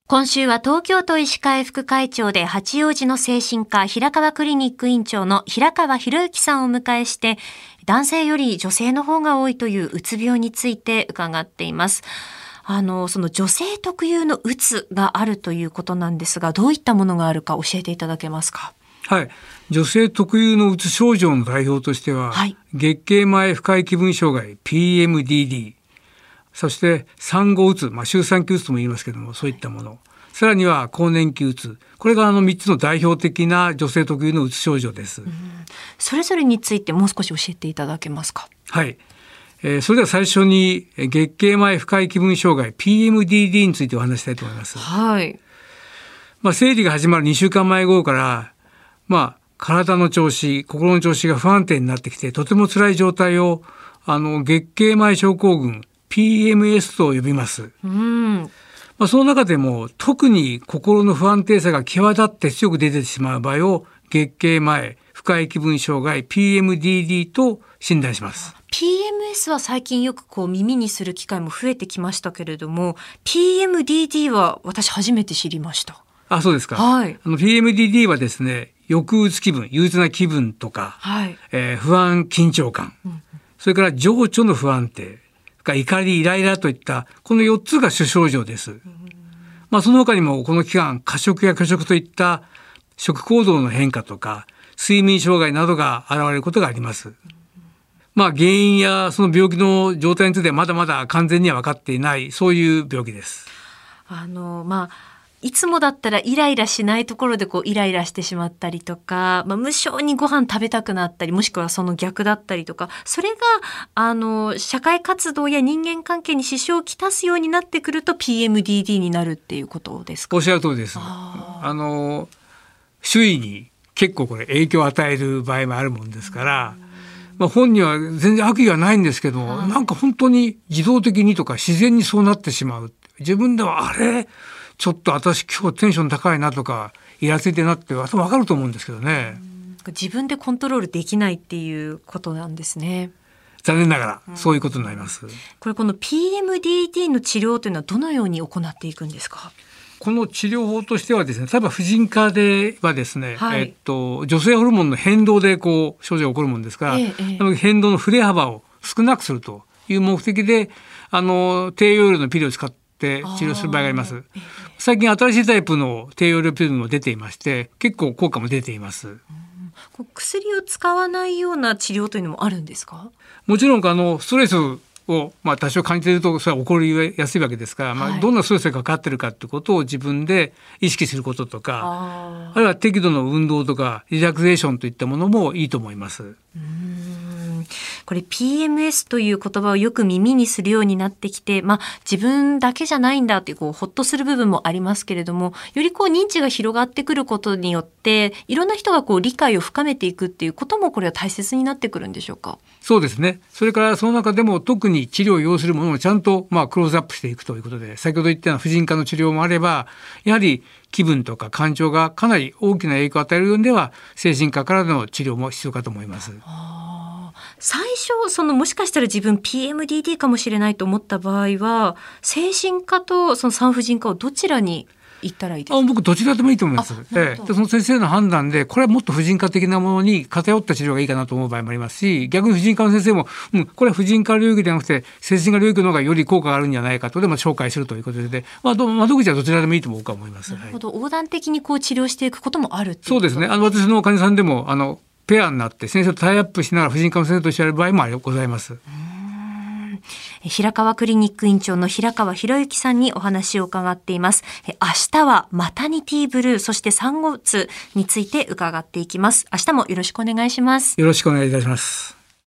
今週は東京都医師会副会長で八王子の精神科平川クリニック院長の平川博之さんをお迎えして、男性より女性の方が多いといううつ病について伺っています。その女性特有のうつがあるということなんですが、どういったものがあるか教えていただけますか？ はい。女性特有のうつ症状の代表としては、月経前不快気分障害 PMDD、そして産後うつ、周産期うつとも言いますけども、そういったもの、さらには更年期うつ、これが3つの代表的な女性特有のうつ症状です。 それぞれについてもう少し教えていただけますか？ はい。それでは最初に月経前不快気分障害 PMDD についてお話したいと思います。 はい。 生理が始まる2週間前後から、体の調子、心の調子が不安定になってきて、とても辛い状態を月経前症候群PMS と呼びます。その中でも特に心の不安定さが際立って強く出てしまう場合を月経前不快気分障害 PMDD と診断します。 PMS は最近よく耳にする機会も増えてきましたけれども、 PMDD は私初めて知りました。 あ、そうですか。 はい。 PMDD はですね、抑うつ気分、憂鬱な気分とか、不安緊張感、それから情緒の不安定、怒りイライラといったこの4つが主症状です。その他にもこの期間、過食や拒食といった食行動の変化とか睡眠障害などが現れることがあります。原因やその病気の状態についてはまだまだ完全には分かっていない、そういう病気です。 いつもだったらイライラしないところでイライラしてしまったりとか、無性にご飯食べたくなったり、もしくはその逆だったりとか、それが社会活動や人間関係に支障をきたすようになってくると PMDD になるっていうことですか？ おっしゃる通りです。周囲に結構これ影響を与える場合もあるもんですから、本人は全然悪意はないんですけど、なんか本当に自動的にとか自然にそうなってしまう。自分ではちょっと私今日テンション高いなとかイラついてるなって分かると思うんですけどね。 自分でコントロールできないっていうことなんですね。 残念ながらそういうことになります。 この PMDD の治療というのはどのように行っていくんですか？ この治療法としてはですね、例えば婦人科ではですね、女性ホルモンの変動で症状が起こるものですから、変動の振れ幅を少なくするという目的で低用量のピルを使って治療する場合があります。最近新しいタイプの低用量ピルも出ていまして、結構効果も出ています。 薬を使わないような治療というのもあるんですか？ もちろんストレスを多少感じているとそれは起こりやすいわけですから、どんなストレスがかかっているかということを自分で意識することとか、あるいは適度の運動とかリラクゼーションといったものもいいと思います。 これ PMS という言葉をよく耳にするようになってきて、自分だけじゃないんだってほっとする部分もありますけれども、より認知が広がってくることによっていろんな人が理解を深めていくっていうこともこれは大切になってくるんでしょうか？ そうですね。それからその中でも特に治療を要するものをちゃんとクローズアップしていくということで、先ほど言ったような婦人科の治療もあれば、やはり気分とか感情がかなり大きな影響を与えるようでは精神科からの治療も必要かと思います。 最初もしかしたら自分 PMDD かもしれないと思った場合は、精神科とその産婦人科をどちらに行ったらいいですか？ 僕どちらでもいいと思います。その先生の判断で、これはもっと婦人科的なものに偏った治療がいいかなと思う場合もありますし、逆に婦人科の先生も、これは婦人科領域ではなくて精神科領域の方がより効果があるんじゃないかとでも紹介するということで、窓口はどちらでもいいと僕は思います。 なるほど、横断的に治療していくこともあるっていうそうですね。私の患者さんでもペアになって先生とタイアップしながら婦人科の先生としてやる場合もございます。 平川クリニック院長の平川博之さんにお話を伺っています。明日はマタニティブルー、そして産後うつについて伺っていきます。明日もよろしくお願いします。 よろしくお願いいたします。